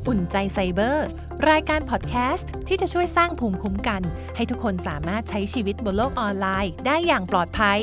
อุ่นใจไซเบอร์รายการพอดแคสต์ที่จะช่วยสร้างภูมิคุ้มกันให้ทุกคนสามารถใช้ชีวิตบนโลกออนไลน์ได้อย่างปลอดภัย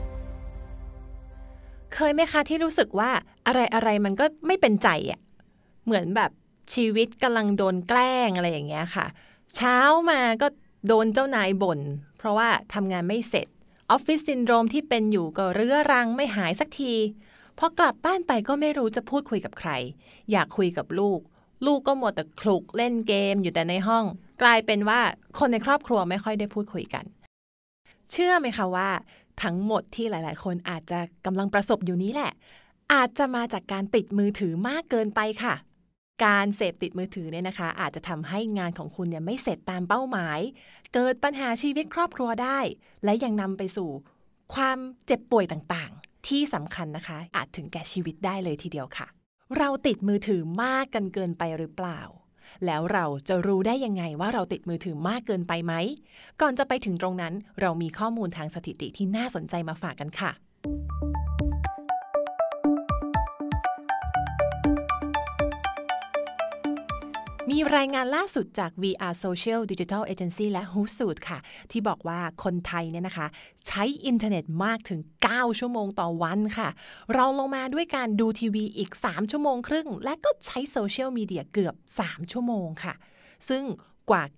เคยไหมคะที่รู้สึกว่าอะไรมันก็ไม่เป็นใจอ่ะเหมือนแบบชีวิตกำลังโดนแกล้งอะไรอย่างเงี้ยค่ะเช้ามาก็โดนเจ้านายบ่นเพราะว่าทำงานไม่เสร็จออฟฟิศซินโดรมที่เป็นอยู่ก็เรื้อรังไม่หายสักทีพอกลับบ้านไปก็ไม่รู้จะพูดคุยกับใครอยากคุยกับลูกก็หมดแต่คลุกเล่นเกมอยู่แต่ในห้องกลายเป็นว่าคนในครอบครัวไม่ค่อยได้พูดคุยกันเชื่อไหมคะว่าทั้งหมดที่หลายๆคนอาจจะกำลังประสบอยู่นี้แหละอาจจะมาจากการติดมือถือมากเกินไปค่ะการเสพติดมือถือเนี่ยนะคะอาจจะทำให้งานของคุณเนี่ยไม่เสร็จตามเป้าหมายเกิดปัญหาชีวิตครอบครัวได้และยังนำไปสู่ความเจ็บป่วยต่างๆที่สำคัญนะคะอาจถึงแก่ชีวิตได้เลยทีเดียวค่ะเราติดมือถือมากกันเกินไปหรือเปล่าแล้วเราจะรู้ได้ยังไงว่าเราติดมือถือมากเกินไปไหมก่อนจะไปถึงตรงนั้นเรามีข้อมูลทางสถิติที่น่าสนใจมาฝากกันค่ะมีรายงานล่าสุดจาก VR Social Digital Agency และ Hootsuite ค่ะที่บอกว่าคนไทยเนี่ยนะคะใช้อินเทอร์เน็ตมากถึง9ชั่วโมงต่อวันค่ะรองลงมาด้วยการดูทีวีอีก3ชั่วโมงครึ่งและก็ใช้โซเชียลมีเดียเกือบ3ชั่วโมงค่ะซึ่งกว่า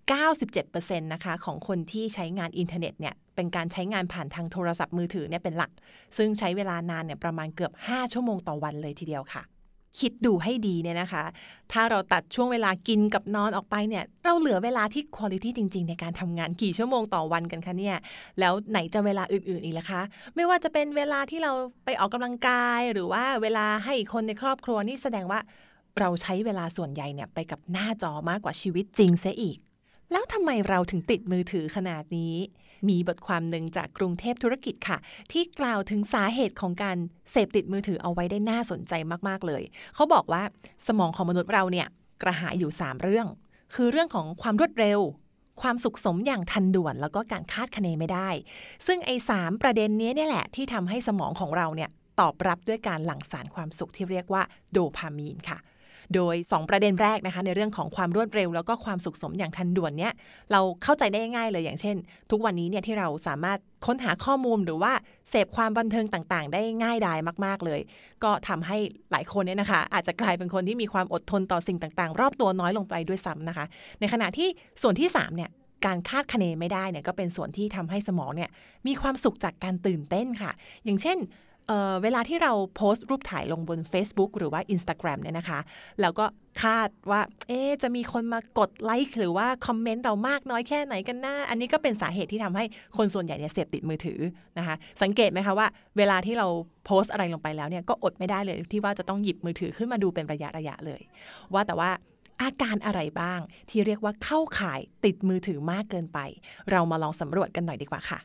97% นะคะของคนที่ใช้งานอินเทอร์เน็ตเนี่ยเป็นการใช้งานผ่านทางโทรศัพท์มือถือเนี่ยเป็นหลักซึ่งใช้เวลานานเนี่ยประมาณเกือบ5ชั่วโมงต่อวันเลยทีเดียวค่ะคิดดูให้ดีเนี่ยนะคะถ้าเราตัดช่วงเวลากินกับนอนออกไปเนี่ยเราเหลือเวลาที่ควอลิตี้จริงๆในการทำงานกี่ชั่วโมงต่อวันกันคะเนี่ยแล้วไหนจะเวลาอื่นๆอีกล่ะคะไม่ว่าจะเป็นเวลาที่เราไปออกกำลังกายหรือว่าเวลาให้คนในครอบครัวนี่แสดงว่าเราใช้เวลาส่วนใหญ่เนี่ยไปกับหน้าจอมากกว่าชีวิตจริงเสียอีกแล้วทำไมเราถึงติดมือถือขนาดนี้มีบทความหนึ่งจากกรุงเทพธุรกิจค่ะที่กล่าวถึงสาเหตุของการเสพติดมือถือเอาไว้ได้น่าสนใจมากๆเลยเขาบอกว่าสมองของมนุษย์เราเนี่ยกระหายอยู่3เรื่องคือเรื่องของความรวดเร็วความสุขสมอย่างทันด่วนแล้วก็การคาดคะเนไม่ได้ซึ่งไอ้3ประเด็นนี้เนี่ยแหละที่ทำให้สมองของเราเนี่ยตอบรับด้วยการหลั่งสารความสุขที่เรียกว่าโดพามีนค่ะโดย2ประเด็นแรกนะคะในเรื่องของความรวดเร็วแล้วก็ความสุขสมอย่างทันด่วนเนี่ยเราเข้าใจได้ง่ายเลยอย่างเช่นทุกวันนี้เนี่ยที่เราสามารถค้นหาข้อมูลหรือว่าเสพความบันเทิงต่างๆได้ง่ายดายมากๆเลยก็ทำให้หลายคนเนี่ยนะคะอาจจะกลายเป็นคนที่มีความอดทนต่อสิ่งต่างๆรอบตัวน้อยลงไปด้วยซ้ำนะคะในขณะที่ส่วนที่3เนี่ยการคาดคะเนไม่ได้เนี่ยก็เป็นส่วนที่ทำให้สมองเนี่ยมีความสุขจากการตื่นเต้นค่ะอย่างเช่นเวลาที่เราโพสต์รูปถ่ายลงบน Facebook หรือว่า Instagram เนี่ยนะคะแล้วก็คาดว่าจะมีคนมากดไลค์หรือว่าคอมเมนต์เรามากน้อยแค่ไหนกันนะอันนี้ก็เป็นสาเหตุที่ทำให้คนส่วนใหญ่เนี่ยเสพติดมือถือนะคะสังเกตไหมคะว่าเวลาที่เราโพสต์อะไรลงไปแล้วเนี่ยก็อดไม่ได้เลยที่ว่าจะต้องหยิบมือถือขึ้นมาดูเป็นระยะเลยว่าแต่ว่าอาการอะไรบ้างที่เรียกว่าเข้าข่ายติดมือถือมากเกินไปเรามาลองสำรวจกันหน่อยดีกว่าค่ะ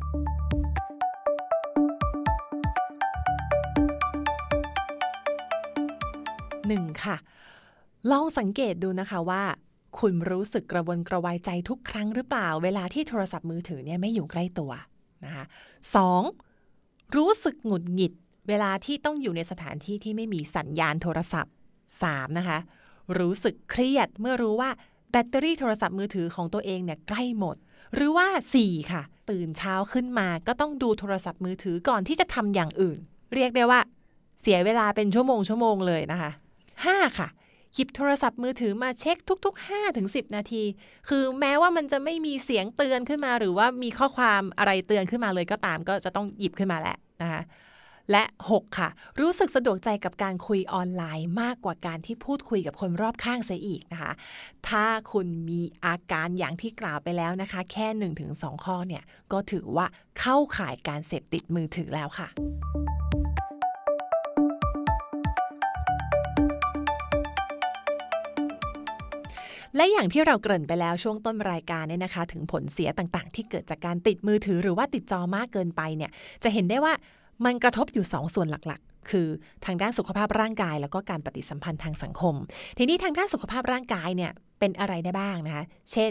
1ค่ะลองสังเกตดูนะคะว่าคุณรู้สึกกระวนกระวายใจทุกครั้งหรือเปล่าเวลาที่โทรศัพท์มือถือเนี่ยไม่อยู่ใกล้ตัวนะคะ2รู้สึกหงุดหงิดเวลาที่ต้องอยู่ในสถานที่ที่ไม่มีสัญญาณโทรศัพท์3นะคะรู้สึกเครียดเมื่อรู้ว่าแบตเตอรี่โทรศัพท์มือถือของตัวเองเนี่ยใกล้หมดหรือว่า4ค่ะตื่นเช้าขึ้นมาก็ต้องดูโทรศัพท์มือถือก่อนที่จะทำอย่างอื่นเรียกได้ว่าเสียเวลาเป็นชั่วโมงเลยนะคะ5ค่ะหยิบโทรศัพท์มือถือมาเช็คทุกๆ 5-10 นาทีคือแม้ว่ามันจะไม่มีเสียงเตือนขึ้นมาหรือว่ามีข้อความอะไรเตือนขึ้นมาเลยก็ตามก็จะต้องหยิบขึ้นมาแหละนะคะและ6ค่ะรู้สึกสะดวกใจกับการคุยออนไลน์มากกว่าการที่พูดคุยกับคนรอบข้างเสียอีกนะคะถ้าคุณมีอาการอย่างที่กล่าวไปแล้วนะคะแค่ 1-2 ข้อเนี่ยก็ถือว่าเข้าข่ายการเสพติดมือถือแล้วค่ะและอย่างที่เราเกริ่นไปแล้วช่วงต้นรายการเนี่ยนะคะถึงผลเสียต่างๆที่เกิดจากการติดมือถือหรือว่าติดจอมากเกินไปเนี่ยจะเห็นได้ว่ามันกระทบอยู่2ส่วนหลักๆคือทางด้านสุขภาพร่างกายแล้วก็การปฏิสัมพันธ์ทางสังคมทีนี้ทางด้านสุขภาพร่างกายเนี่ยเป็นอะไรได้บ้างนะคะเช่น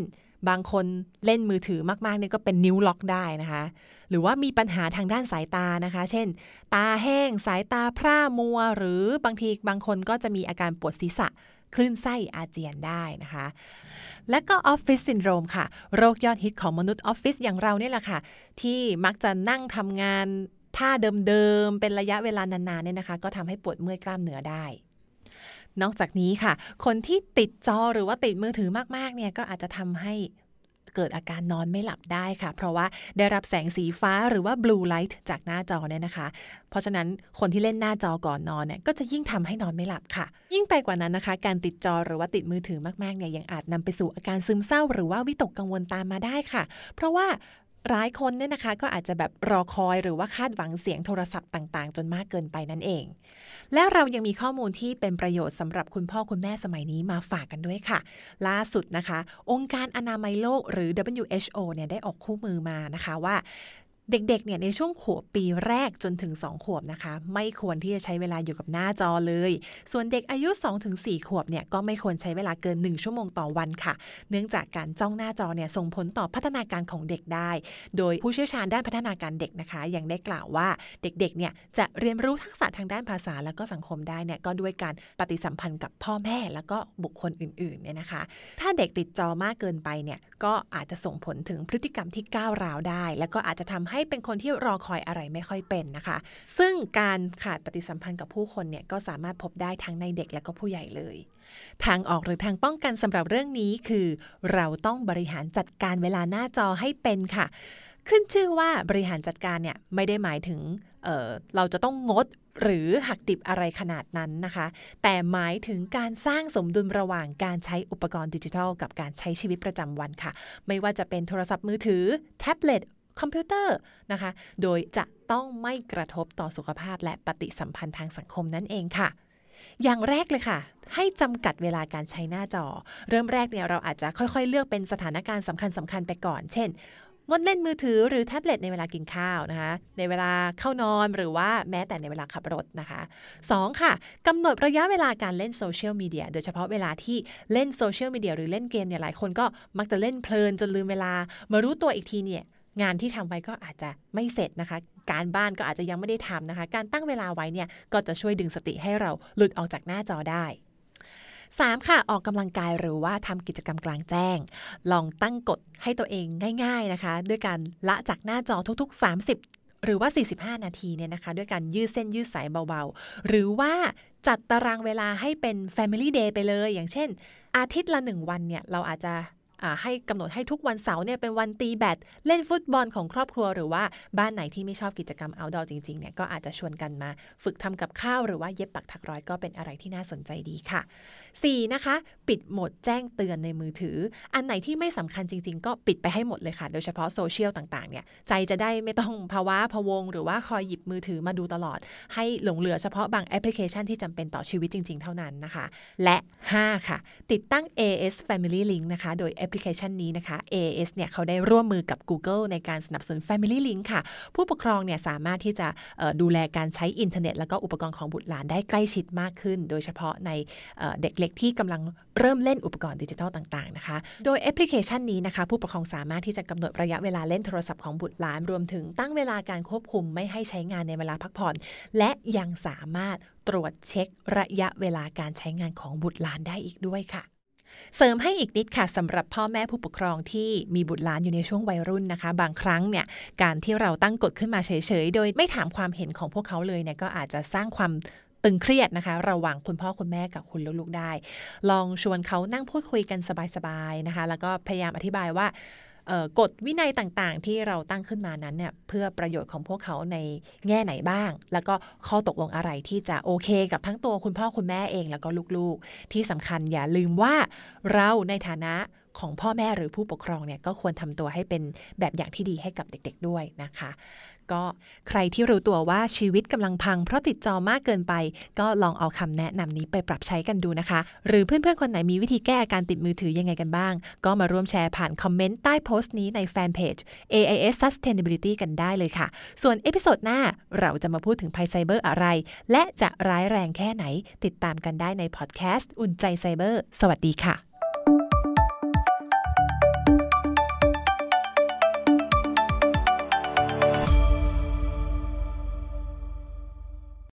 บางคนเล่นมือถือมากๆเนี่ยก็เป็นนิ้วล็อกได้นะคะหรือว่ามีปัญหาทางด้านสายตานะคะเช่นตาแห้งสายตาพร่ามัวหรือบางคนก็จะมีอาการปวดศีรษะคลื่นไส้อาเจียนได้นะคะและก็ออฟฟิศซินโดรมค่ะโรคยอดฮิตของมนุษย์ออฟฟิศอย่างเราเนี่ยแหละค่ะที่มักจะนั่งทำงานท่าเดิมๆเป็นระยะเวลานานๆเนี่ยนะคะก็ทำให้ปวดเมื่อยกล้ามเนื้อได้นอกจากนี้ค่ะคนที่ติดจอหรือว่าติดมือถือมากๆเนี่ยก็อาจจะทำให้เกิดอาการนอนไม่หลับได้ค่ะเพราะว่าได้รับแสงสีฟ้าหรือว่า blue light จากหน้าจอเนี่ยนะคะเพราะฉะนั้นคนที่เล่นหน้าจอก่อนนอนเนี่ยก็จะยิ่งทำให้นอนไม่หลับค่ะยิ่งไปกว่านั้นนะคะการติดจอหรือว่าติดมือถือมากๆเนี่ยยังอาจนำไปสู่อาการซึมเศร้าหรือว่าวิตกกังวลตามมาได้ค่ะเพราะว่าหลายคนเนี่ยนะคะก็อาจจะแบบรอคอยหรือว่าคาดหวังเสียงโทรศัพท์ต่างๆจนมากเกินไปนั่นเองและเรายังมีข้อมูลที่เป็นประโยชน์สำหรับคุณพ่อคุณแม่สมัยนี้มาฝากกันด้วยค่ะล่าสุดนะคะองค์การอนามัยโลกหรือ WHO เนี่ยได้ออกคู่มือมานะคะว่าเด็กๆเนี่ยในช่วงขวบปีแรกจนถึง2ขวบนะคะไม่ควรที่จะใช้เวลาอยู่กับหน้าจอเลยส่วนเด็กอายุ 2-4 ขวบเนี่ยก็ไม่ควรใช้เวลาเกิน1ชั่วโมงต่อวันค่ะเนื่องจากการจ้องหน้าจอเนี่ยส่งผลต่อพัฒนาการของเด็กได้โดยผู้เชี่ยวชาญด้านพัฒนาการเด็กนะคะยังได้กล่าวว่าเด็กๆเนี่ยจะเรียนรู้ทักษะทางด้านภาษาและก็สังคมได้เนี่ยก็ด้วยการปฏิสัมพันธ์กับพ่อแม่แล้วก็บุคคลอื่นๆเนี่ยนะคะถ้าเด็กติดจอมากเกินไปเนี่ยก็อาจจะส่งผลถึงพฤติกรรมที่ก้าวร้าวได้แล้วก็อาจจะทำให้เป็นคนที่รอคอยอะไรไม่ค่อยเป็นนะคะซึ่งการขาดปฏิสัมพันธ์กับผู้คนเนี่ยก็สามารถพบได้ทั้งในเด็กและก็ผู้ใหญ่เลยทางออกหรือทางป้องกันสำหรับเรื่องนี้คือเราต้องบริหารจัดการเวลาหน้าจอให้เป็นค่ะขึ้นชื่อว่าบริหารจัดการเนี่ยไม่ได้หมายถึงเราจะต้องงดหรือหักดิบอะไรขนาดนั้นนะคะแต่หมายถึงการสร้างสมดุลระหว่างการใช้อุปกรณ์ดิจิทัลกับการใช้ชีวิตประจำวันค่ะไม่ว่าจะเป็นโทรศัพท์มือถือแท็บเล็ตคอมพิวเตอร์นะคะโดยจะต้องไม่กระทบต่อสุขภาพและปฏิสัมพันธ์ทางสังคมนั่นเองค่ะอย่างแรกเลยค่ะให้จำกัดเวลาการใช้หน้าจอเริ่มแรกเนี่ยเราอาจจะค่อยๆเลือกเป็นสถานการณ์สำคัญไปก่อนเช่นงดเล่นมือถือหรือแท็บเล็ตในเวลากินข้าวนะคะในเวลาเข้านอนหรือว่าแม้แต่ในเวลาขับรถนะคะ2ค่ะกำหนดระยะเวลาการเล่นโซเชียลมีเดียโดยเฉพาะเวลาที่เล่นโซเชียลมีเดียหรือเล่นเกมเนี่ยหลายคนก็มักจะเล่นเพลินจนลืมเวลามารู้ตัวอีกทีเนี่ยงานที่ทำไว้ก็อาจจะไม่เสร็จนะคะการบ้านก็อาจจะยังไม่ได้ทำนะคะการตั้งเวลาไว้เนี่ยก็จะช่วยดึงสติให้เราหลุดออกจากหน้าจอได้3ค่ะออกกำลังกายหรือว่าทำกิจกรรมกลางแจ้งลองตั้งกฎให้ตัวเองง่ายๆนะคะด้วยการละจากหน้าจอทุกๆ30หรือว่า45นาทีเนี่ยนะคะด้วยการยืดเส้นยืดสายเบาๆหรือว่าจัดตารางเวลาให้เป็น Family Day ไปเลยอย่างเช่นอาทิตย์ละ1วันเนี่ยเราอาจจะให้กำหนดให้ทุกวันเสาร์เนี่ยเป็นวันตีแบดเล่นฟุตบอลของครอบครัวหรือว่าบ้านไหนที่ไม่ชอบกิจกรรม outdoor จริงๆเนี่ยก็อาจจะชวนกันมาฝึกทำกับข้าวหรือว่าเย็บปักถักร้อยก็เป็นอะไรที่น่าสนใจดีค่ะ4นะคะปิดโหมดแจ้งเตือนในมือถืออันไหนที่ไม่สำคัญจริงๆก็ปิดไปให้หมดเลยค่ะโดยเฉพาะโซเชียลต่างๆเนี่ยใจจะได้ไม่ต้องภาวะพะวงหรือว่าคอยหยิบมือถือมาดูตลอดให้หลงเหลือเฉพาะบางแอปพลิเคชันที่จำเป็นต่อชีวิตจริงๆเท่านั้นนะคะและ5ค่ะติดตั้ง AIS Family Link นะคะโดยแอปพลิเคชันนี้นะคะ AIS เนี่ยเขาได้ร่วมมือกับ Google ในการสนับสนุน Family Link ค่ะผู้ปกครองเนี่ยสามารถที่จะดูแลการใช้อินเทอร์เน็ตแล้วก็อุปกรณ์ของบุตรหลานได้ใกล้ชิดมากขึ้นโดยเฉพาะในเด็กเล็กที่กำลังเริ่มเล่นอุปกรณ์ดิจิทัลต่างๆนะคะโดยแอปพลิเคชันนี้นะคะผู้ปกครองสามารถที่จะกำหนดระยะเวลาเล่นโทรศัพท์ของบุตรหลานรวมถึงตั้งเวลาการควบคุมไม่ให้ใช้งานในเวลาพักผ่อนและยังสามารถตรวจเช็คระยะเวลาการใช้งานของบุตรหลานได้อีกด้วยค่ะเสริมให้อีกนิดค่ะสำหรับพ่อแม่ผู้ปกครองที่มีบุตรหลานอยู่ในช่วงวัยรุ่นนะคะบางครั้งเนี่ยการที่เราตั้งกฎขึ้นมาเฉยๆโดยไม่ถามความเห็นของพวกเขาเลยเนี่ยก็อาจจะสร้างความตึงเครียดนะคะระหว่างคุณพ่อคุณแม่กับคุณลูกๆได้ลองชวนเขานั่งพูดคุยกันสบายๆนะคะแล้วก็พยายามอธิบายว่ากฎวินัยต่างๆที่เราตั้งขึ้นมานั้นเนี่ยเพื่อประโยชน์ของพวกเขาในแง่ไหนบ้างแล้วก็ข้อตกลงอะไรที่จะโอเคกับทั้งตัวคุณพ่อคุณแม่เองแล้วก็ลูกๆที่สำคัญอย่าลืมว่าเราในฐานะของพ่อแม่หรือผู้ปกครองเนี่ยก็ควรทำตัวให้เป็นแบบอย่างที่ดีให้กับเด็กๆด้วยนะคะก็ใครที่รู้ตัวว่าชีวิตกำลังพังเพราะติดจอมากเกินไปก็ลองเอาคำแนะนำนี้ไปปรับใช้กันดูนะคะหรือเพื่อนๆคนไหนมีวิธีแก้อาการติดมือถือยังไงกันบ้างก็มาร่วมแชร์ผ่านคอมเมนต์ใต้โพสต์นี้ในแฟนเพจ AIS Sustainability กันได้เลยค่ะส่วนเอพิโซดหน้าเราจะมาพูดถึงภัยไซเบอร์อะไรและจะร้ายแรงแค่ไหนติดตามกันได้ในพอดแคสต์อุ่นใจไซเบอร์สวัสดีค่ะ